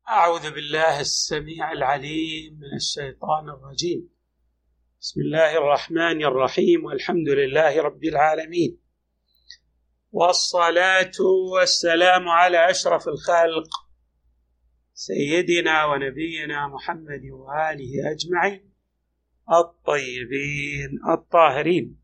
أعوذ بالله السميع العليم من الشيطان الرجيم. بسم الله الرحمن الرحيم، والحمد لله رب العالمين، والصلاة والسلام على أشرف الخلق سيدنا ونبينا محمد وآله أجمعين الطيبين الطاهرين.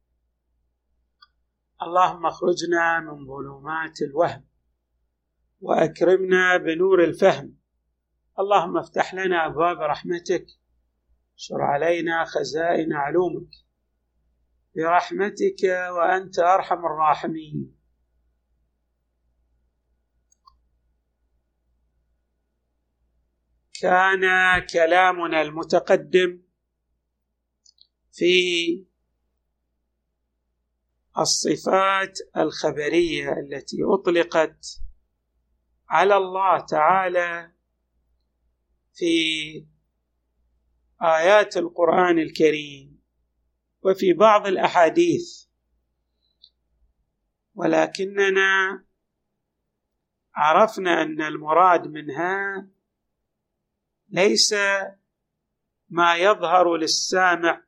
اللهم اخرجنا من ظلمات الوهم وأكرمنا بنور الفهم. اللهم افتح لنا أبواب رحمتك، اشر علينا خزائن علومك برحمتك وأنت أرحم الراحمين. كان كلامنا المتقدم في الصفات الخبرية التي أطلقت على الله تعالى في آيات القرآن الكريم وفي بعض الأحاديث، ولكننا عرفنا أن المراد منها ليس ما يظهر للسامع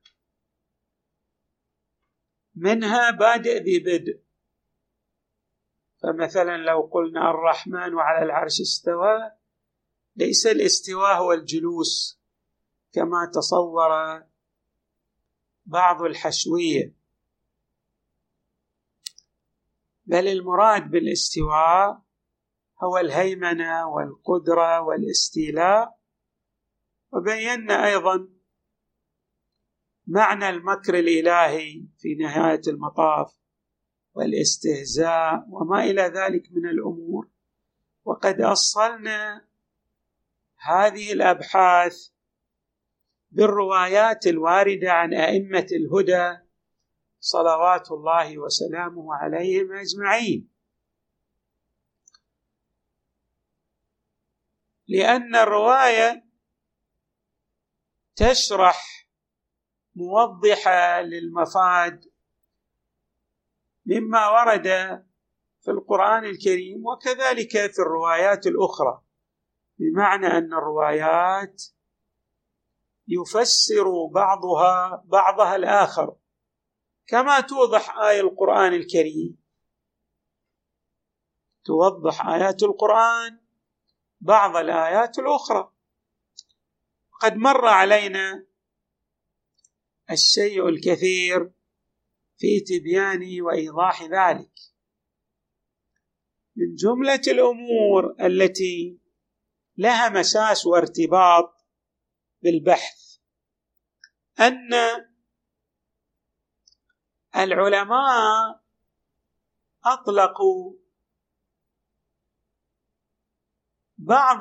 منها بادئ ببدء. فمثلا لو قلنا الرحمن وعلى العرش استوى، ليس الاستواء هو الجلوس كما تصور بعض الحشوية، بل المراد بالاستواء هو الهيمنة والقدرة والاستيلاء. وبينا أيضا معنى المكر الإلهي في نهاية المطاف والاستهزاء وما إلى ذلك من الأمور، وقد أصلنا هذه الأبحاث بالروايات الواردة عن أئمة الهدى صلوات الله وسلامه عليهم أجمعين، لأن الرواية تشرح موضحة للمفاد مما ورد في القرآن الكريم وكذلك في الروايات الأخرى، بمعنى أن الروايات يفسر بعضها الآخر، كما توضح آية القرآن الكريم، توضح آيات القرآن بعض الآيات الأخرى. قد مر علينا الشيء الكثير في تبيان وإيضاح ذلك. من جملة الأمور التي لها مساس وارتباط بالبحث أن العلماء أطلقوا بعض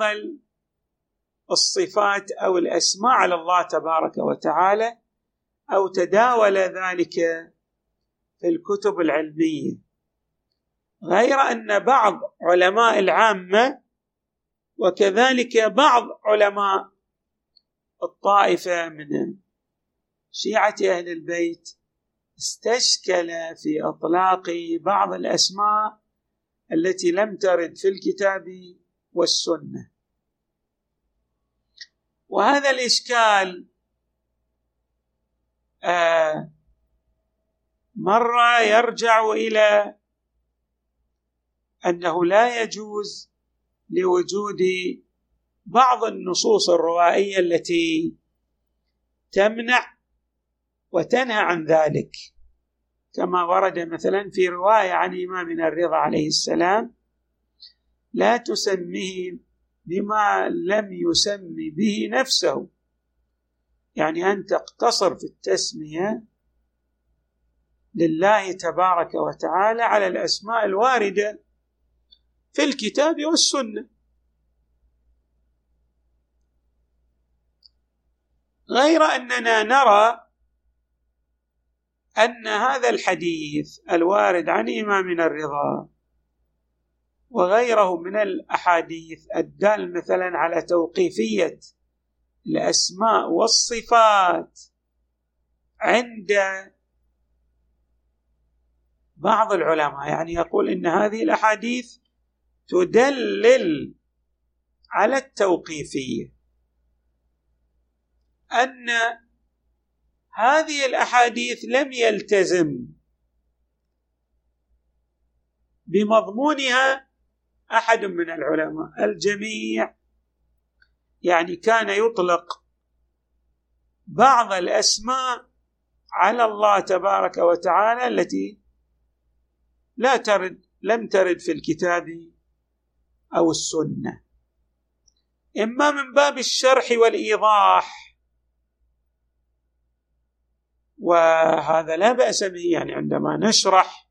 الصفات أو الأسماء على الله تبارك وتعالى، أو تداول ذلك في الكتب العلمية، غير أن بعض علماء العامة وكذلك بعض علماء الطائفة من شيعة أهل البيت استشكل في إطلاق بعض الأسماء التي لم ترد في الكتاب والسنة. وهذا الإشكال مرة يرجع إلى أنه لا يجوز لوجود بعض النصوص الروائية التي تمنع وتنهى عن ذلك، كما ورد مثلا في رواية عن إمامنا الرضا عليه السلام: لا تسميه بما لم يسمي به نفسه، يعني أن تقتصر في التسمية لله تبارك وتعالى على الأسماء الواردة في الكتاب والسنة، غير أننا نرى أن هذا الحديث الوارد عن إمامنا الرضا وغيره من الأحاديث الدال مثلا على توقيفية الأسماء والصفات عند بعض العلماء، يعني يقول إن هذه الأحاديث تدلل على التوقيفية، أن هذه الأحاديث لم يلتزم بمضمونها أحد من العلماء، الجميع يعني كان يطلق بعض الأسماء على الله تبارك وتعالى التي لم ترد في الكتاب أو السنة، إما من باب الشرح والإيضاح، وهذا لا بأس به، يعني عندما نشرح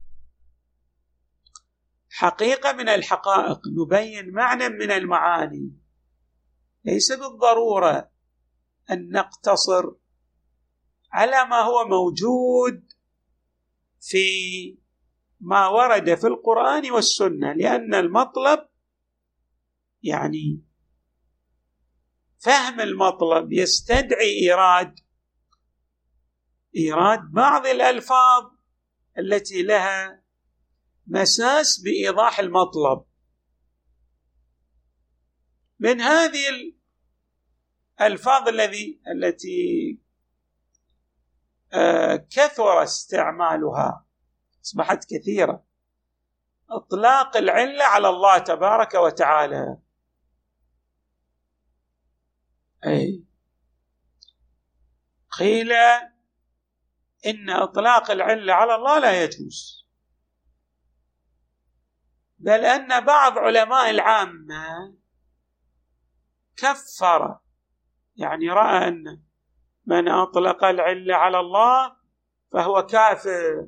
حقيقة من الحقائق نبين معنى من المعاني، ليس بالضرورة أن نقتصر على ما هو موجود في ما ورد في القرآن والسنة، لأن المطلب يعني فهم المطلب يستدعي إيراد بعض الألفاظ التي لها مساس بإيضاح المطلب. من هذه الألفاظ التي كثر استعمالها، أصبحت كثيرة، إطلاق العلة على الله تبارك وتعالى. قيل إن إطلاق العلة على الله لا يجوز، بل أن بعض علماء العامة كفر، يعني رأى أن من أطلق العلة على الله فهو كافر،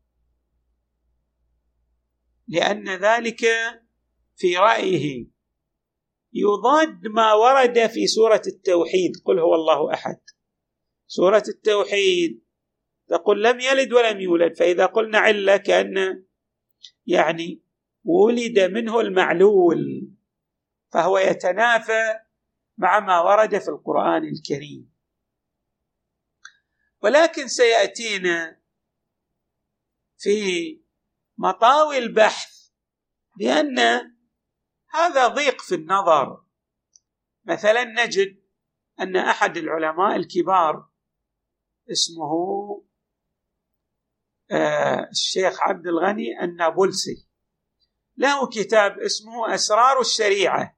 لأن ذلك في رأيه يضاد ما ورد في سورة التوحيد، قل هو الله أحد. سورة التوحيد تقول لم يلد ولم يولد، فإذا قلنا علة كأن يعني ولد منه المعلول، فهو يتنافى مع ما ورد في القرآن الكريم. ولكن سيأتينا في مطاوي البحث بأن هذا ضيق في النظر. مثلا نجد أن أحد العلماء الكبار اسمه الشيخ عبد الغني النابلسي، له كتاب اسمه أسرار الشريعة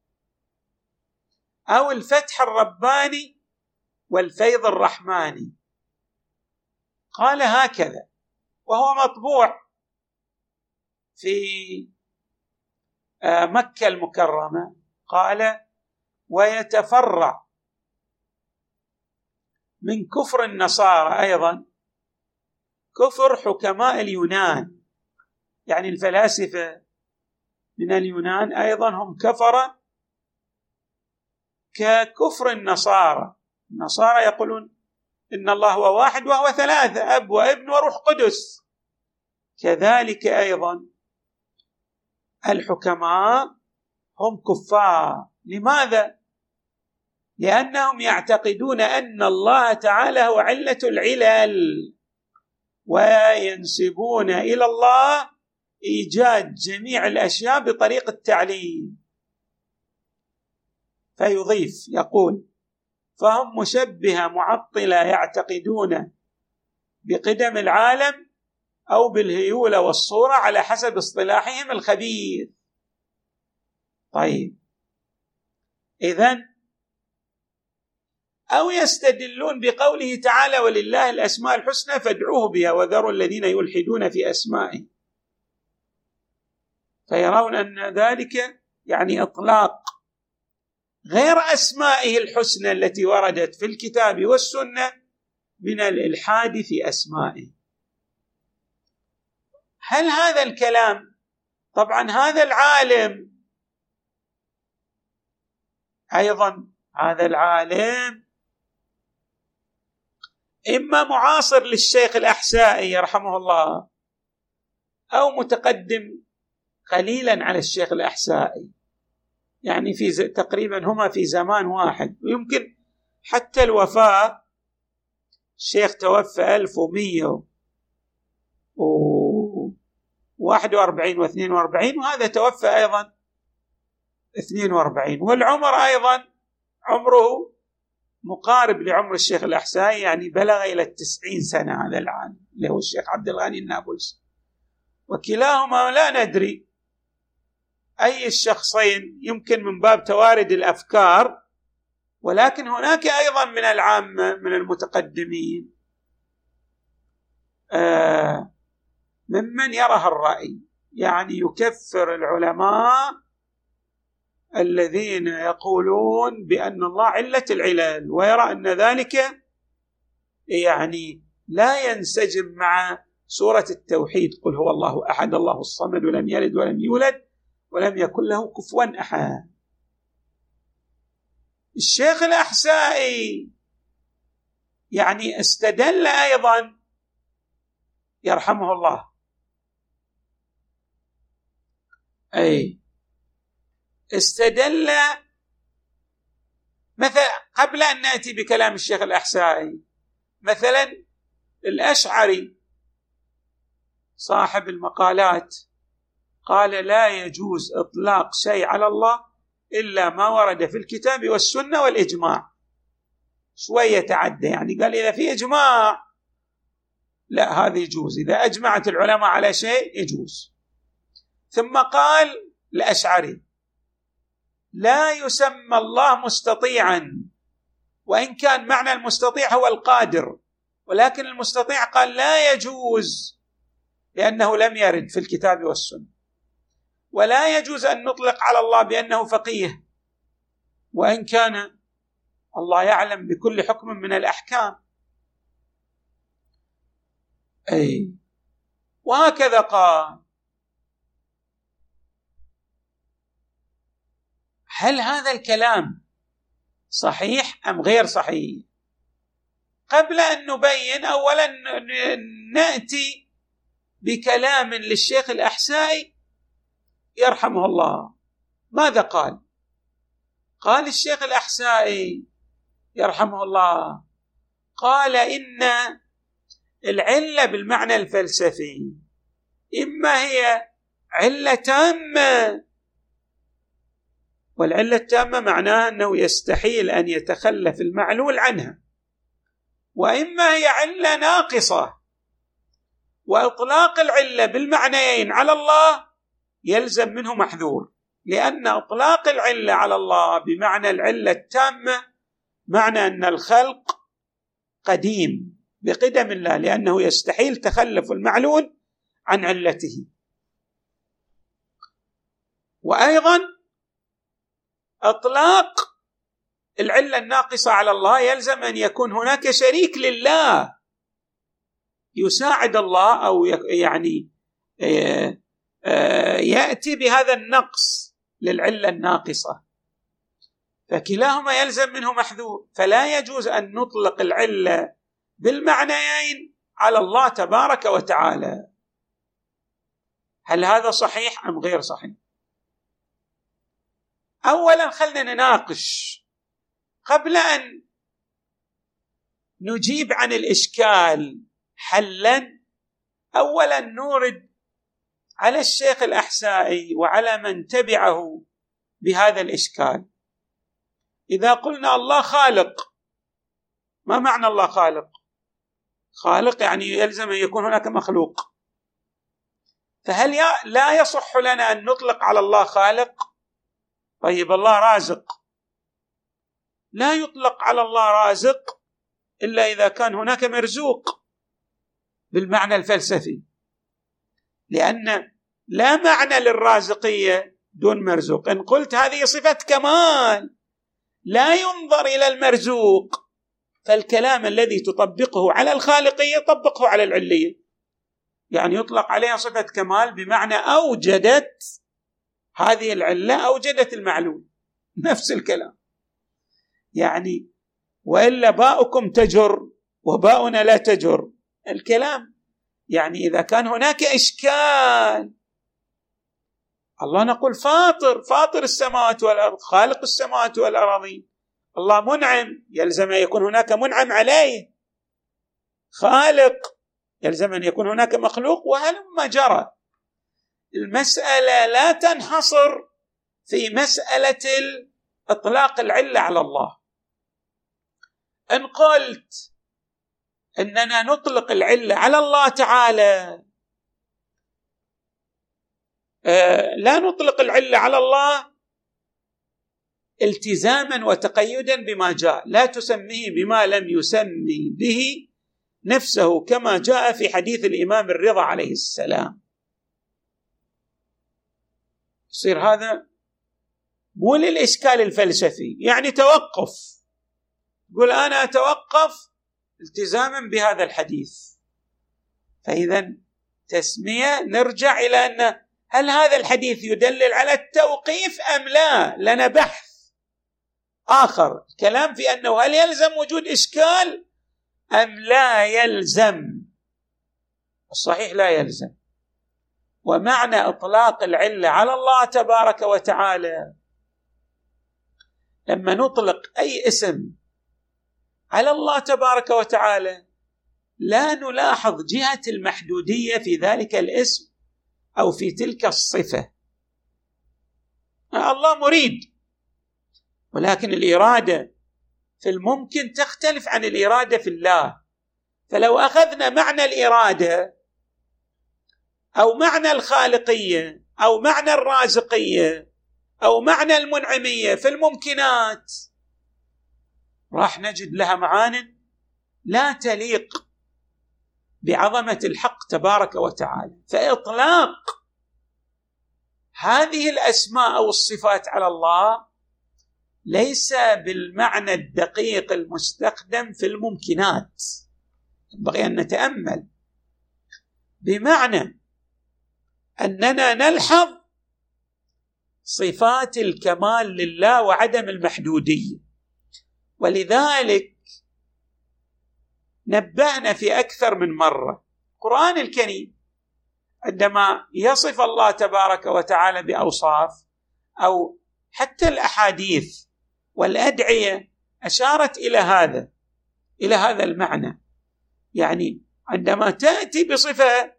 أو الفتح الرباني والفيض الرحماني. قال هكذا، وهو مطبوع في مكة المكرمة، قال: ويتفرع من كفر النصارى أيضا كفر حكماء اليونان، يعني الفلاسفة من اليونان أيضا هم كفر ككفر النصارى. النصارى يقولون إن الله هو واحد وهو ثلاثة، أب وابن وروح قدس. كذلك أيضا الحكماء هم كفار. لماذا؟ لأنهم يعتقدون أن الله تعالى هو علة العلل، وينسبون إلى الله إيجاد جميع الأشياء بطريق التعليل. فيضيف يقول: فهم مشبهة معطلة يعتقدون بقدم العالم أو بالهيولة والصورة على حسب اصطلاحهم الخبيث. طيب، إذن أو يستدلون بقوله تعالى: ولله الأسماء الحسنى فادعوه بها وذروا الذين يلحدون في أسمائه، فيرون أن ذلك يعني إطلاق غير أسمائه الحسنى التي وردت في الكتاب والسنة من الإلحاد في أسمائه. هل هذا الكلام، طبعا هذا العالم أيضا، هذا العالم إما معاصر للشيخ الأحسائي رحمه الله أو متقدم قليلا على الشيخ الأحسائي، يعني في تقريبا هما في زمان واحد، ويمكن حتى الوفاة الشيخ توفى 1141 و42، وهذا توفى أيضا 42. والعمر أيضا عمره مقارب لعمر الشيخ الأحسائي، يعني بلغ إلى 90 سنة هذا العالم اللي هو الشيخ عبد الغني النابلسي. وكلاهما لا ندري أي الشخصين، يمكن من باب توارد الأفكار، ولكن هناك أيضا من العامة من المتقدمين ممن يرى الرأي، يعني يكفر العلماء الذين يقولون بأن الله علة العلل، ويرى أن ذلك يعني لا ينسجم مع سورة التوحيد: قل هو الله أحد الله الصمد ولم يلد ولم يولد ولم يكن له كفوا أحد. الشيخ الأحسائي يعني استدل أيضا يرحمه الله، استدل مثلا، قبل أن نأتي بكلام الشيخ الأحسائي، مثلا الأشعري صاحب المقالات قال: لا يجوز إطلاق شيء على الله إلا ما ورد في الكتاب والسنة والإجماع. شوية تعدى، يعني قال إذا في إجماع لا هذا يجوز، إذا أجمعت العلماء على شيء يجوز. ثم قال الأشعري: لا يسمى الله مستطيعا، وإن كان معنى المستطيع هو القادر، ولكن المستطيع قال لا يجوز لأنه لم يرد في الكتاب والسنة. ولا يجوز أن نطلق على الله بأنه فقيه، وإن كان الله يعلم بكل حكم من الأحكام. وهكذا قال. هل هذا الكلام صحيح أم غير صحيح؟ قبل أن نبين، أولا نأتي بكلام للشيخ الأحسائي يرحمه الله. ماذا قال؟ قال الشيخ الأحسائي يرحمه الله، قال: إن العلة بالمعنى الفلسفي إما هي علة تامة، والعلة التامة معناها أنه يستحيل أن يتخلف المعلول عنها، وإما هي علة ناقصة. وإطلاق العلة بالمعنيين على الله يلزم منه محذور، لأن إطلاق العلة على الله بمعنى العلة التامة معنى أن الخلق قديم بقدم الله، لأنه يستحيل تخلف المعلول عن علته. وأيضا إطلاق العلة الناقصة على الله يلزم أن يكون هناك شريك لله يساعد الله، أو يعني يأتي بهذا النقص للعلة الناقصة، فكلاهما يلزم منه محذور. فلا يجوز أن نطلق العلة بالمعنيين على الله تبارك وتعالى. هل هذا صحيح أم غير صحيح؟ أولا خلنا نناقش قبل أن نجيب عن الإشكال حلا. أولا نورد على الشيخ الأحسائي وعلى من تبعه بهذا الإشكال. إذا قلنا الله خالق، ما معنى الله خالق؟ خالق يعني يلزم أن يكون هناك مخلوق. فهل لا يصح لنا أن نطلق على الله خالق؟ طيب الله رازق، لا يطلق على الله رازق إلا إذا كان هناك مرزوق بالمعنى الفلسفي، لأن لا معنى للرازقية دون مرزوق. إن قلت هذه صفة كمال لا ينظر إلى المرزوق، فالكلام الذي تطبقه على الخالقية طبقه على العلية، يعني يطلق عليها صفة كمال بمعنى أوجدت هذه العلة، أوجدت المعلوم، نفس الكلام. يعني وإلا باؤكم تجر وباؤنا لا تجر، الكلام يعني إذا كان هناك إشكال، الله نقول فاطر السماوات والأرض، خالق السماوات والأراضين. الله منعم، يلزم أن يكون هناك منعم عليه. خالق، يلزم أن يكون هناك مخلوق، وهلما جرى. المسألة لا تنحصر في مسألة إطلاق العلة على الله. إن قلت إننا نطلق العلة على الله تعالى، لا نطلق العلة على الله التزاما وتقيدا بما جاء، لا تسميه بما لم يسمي به نفسه كما جاء في حديث الإمام الرضا عليه السلام. يصير هذا مو للإشكال الفلسفي، يعني توقف، يقول أنا أتوقف التزاما بهذا الحديث. فإذا تسمية نرجع إلى أن هل هذا الحديث يدلل على التوقيف أم لا؟ لنا بحث آخر، كلام في أنه هل يلزم وجود إشكال أم لا يلزم. الصحيح لا يلزم. ومعنى إطلاق العلة على الله تبارك وتعالى، لما نطلق أي اسم على الله تبارك وتعالى لا نلاحظ جهة المحدودية في ذلك الاسم أو في تلك الصفة. الله مريد، ولكن الإرادة في الممكن تختلف عن الإرادة في الله. فلو أخذنا معنى الإرادة أو معنى الخالقية أو معنى الرازقية أو معنى المنعمية في الممكنات، راح نجد لها معان لا تليق بعظمة الحق تبارك وتعالى. فإطلاق هذه الأسماء أو الصفات على الله ليس بالمعنى الدقيق المستخدم في الممكنات، ينبغي أن نتأمل، بمعنى أننا نلحظ صفات الكمال لله وعدم المحدودية. ولذلك نبهنا في أكثر من مرة القرآن الكريم عندما يصف الله تبارك وتعالى بأوصاف، أو حتى الأحاديث والأدعية أشارت إلى هذا المعنى. يعني عندما تأتي بصفة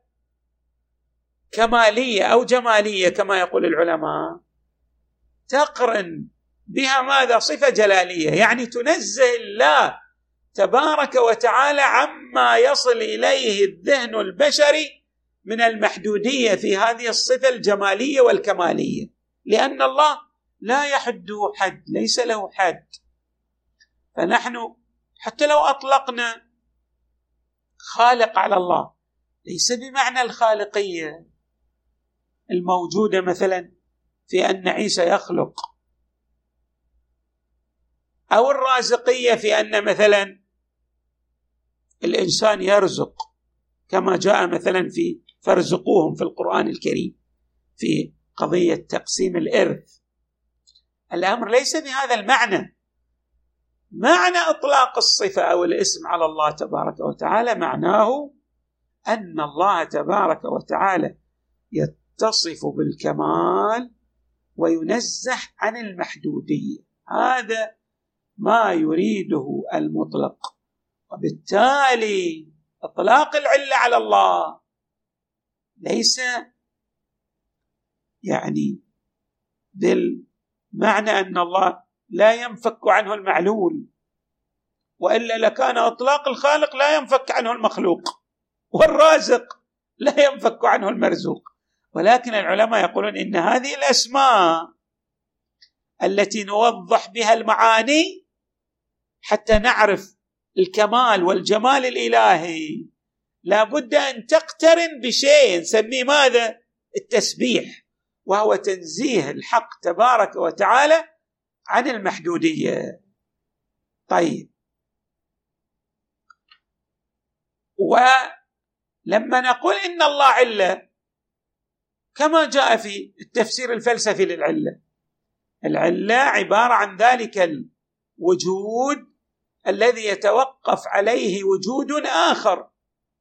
كمالية أو جمالية كما يقول العلماء، تقرن بها ماذا؟ صفة جلالية، يعني تنزه الله تبارك وتعالى عما يصل إليه الذهن البشري من المحدودية في هذه الصفة الجمالية والكمالية، لأن الله لا يحده حد، ليس له حد. فنحن حتى لو أطلقنا خالق على الله ليس بمعنى الخالقية الموجودة مثلا في أن عيسى يخلق، أو الرازقية في أن مثلا الإنسان يرزق كما جاء مثلا في فارزقوهم في القرآن الكريم في قضية تقسيم الإرث. الأمر ليس بهذا المعنى. معنى إطلاق الصفة أو الاسم على الله تبارك وتعالى معناه أن الله تبارك وتعالى يتصف بالكمال وينزه عن المحدودية. هذا ما يريده المطلق. وبالتالي إطلاق العلة على الله ليس يعني بالمعنى أن الله لا ينفك عنه المعلول، وإلا لكان إطلاق الخالق لا ينفك عنه المخلوق، والرازق لا ينفك عنه المرزوق. ولكن العلماء يقولون إن هذه الأسماء التي نوضح بها المعاني حتى نعرف الكمال والجمال الإلهي لا بد أن تقترن بشيء نسميه ماذا؟ التسبيح، وهو تنزيه الحق تبارك وتعالى عن المحدودية. طيب، ولما نقول إن الله علة كما جاء في التفسير الفلسفي للعلة، العلة عبارة عن ذلك الوجود الذي يتوقف عليه وجود آخر،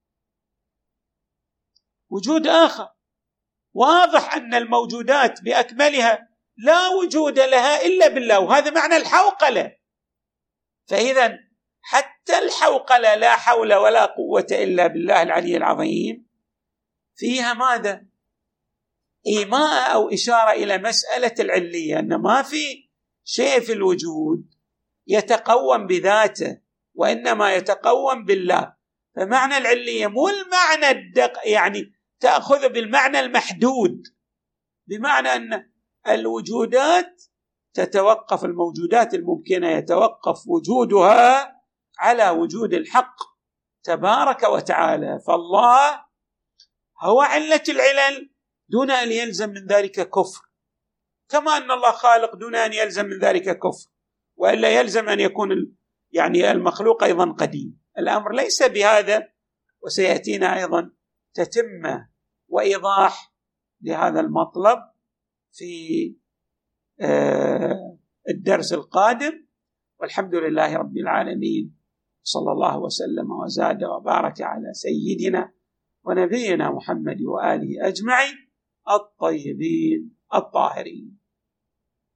وجود آخر. واضح أن الموجودات بأكملها لا وجود لها إلا بالله، وهذا معنى الحوقلة. فإذا حتى الحوقلة لا حول ولا قوة إلا بالله العلي العظيم فيها ماذا؟ إيماء أو إشارة إلى مسألة العلية، أن ما في شيء في الوجود يتقوم بذاته، وإنما يتقوم بالله. فمعنى العلية مو المعنى يعني تأخذ بالمعنى المحدود، بمعنى أن الوجودات تتوقف، الموجودات الممكنة يتوقف وجودها على وجود الحق تبارك وتعالى. فالله هو علة العلل دون أن يلزم من ذلك كفر، كما أن الله خالق دون أن يلزم من ذلك كفر، وإلا يلزم أن يكون يعني المخلوق أيضا قديم. الأمر ليس بهذا، وسيأتينا أيضا تتمة وإيضاح لهذا المطلب في الدرس القادم. والحمد لله رب العالمين، صلى الله وسلم وزاد وبارك على سيدنا ونبينا محمد وآله أجمعين الطيبين الطاهرين.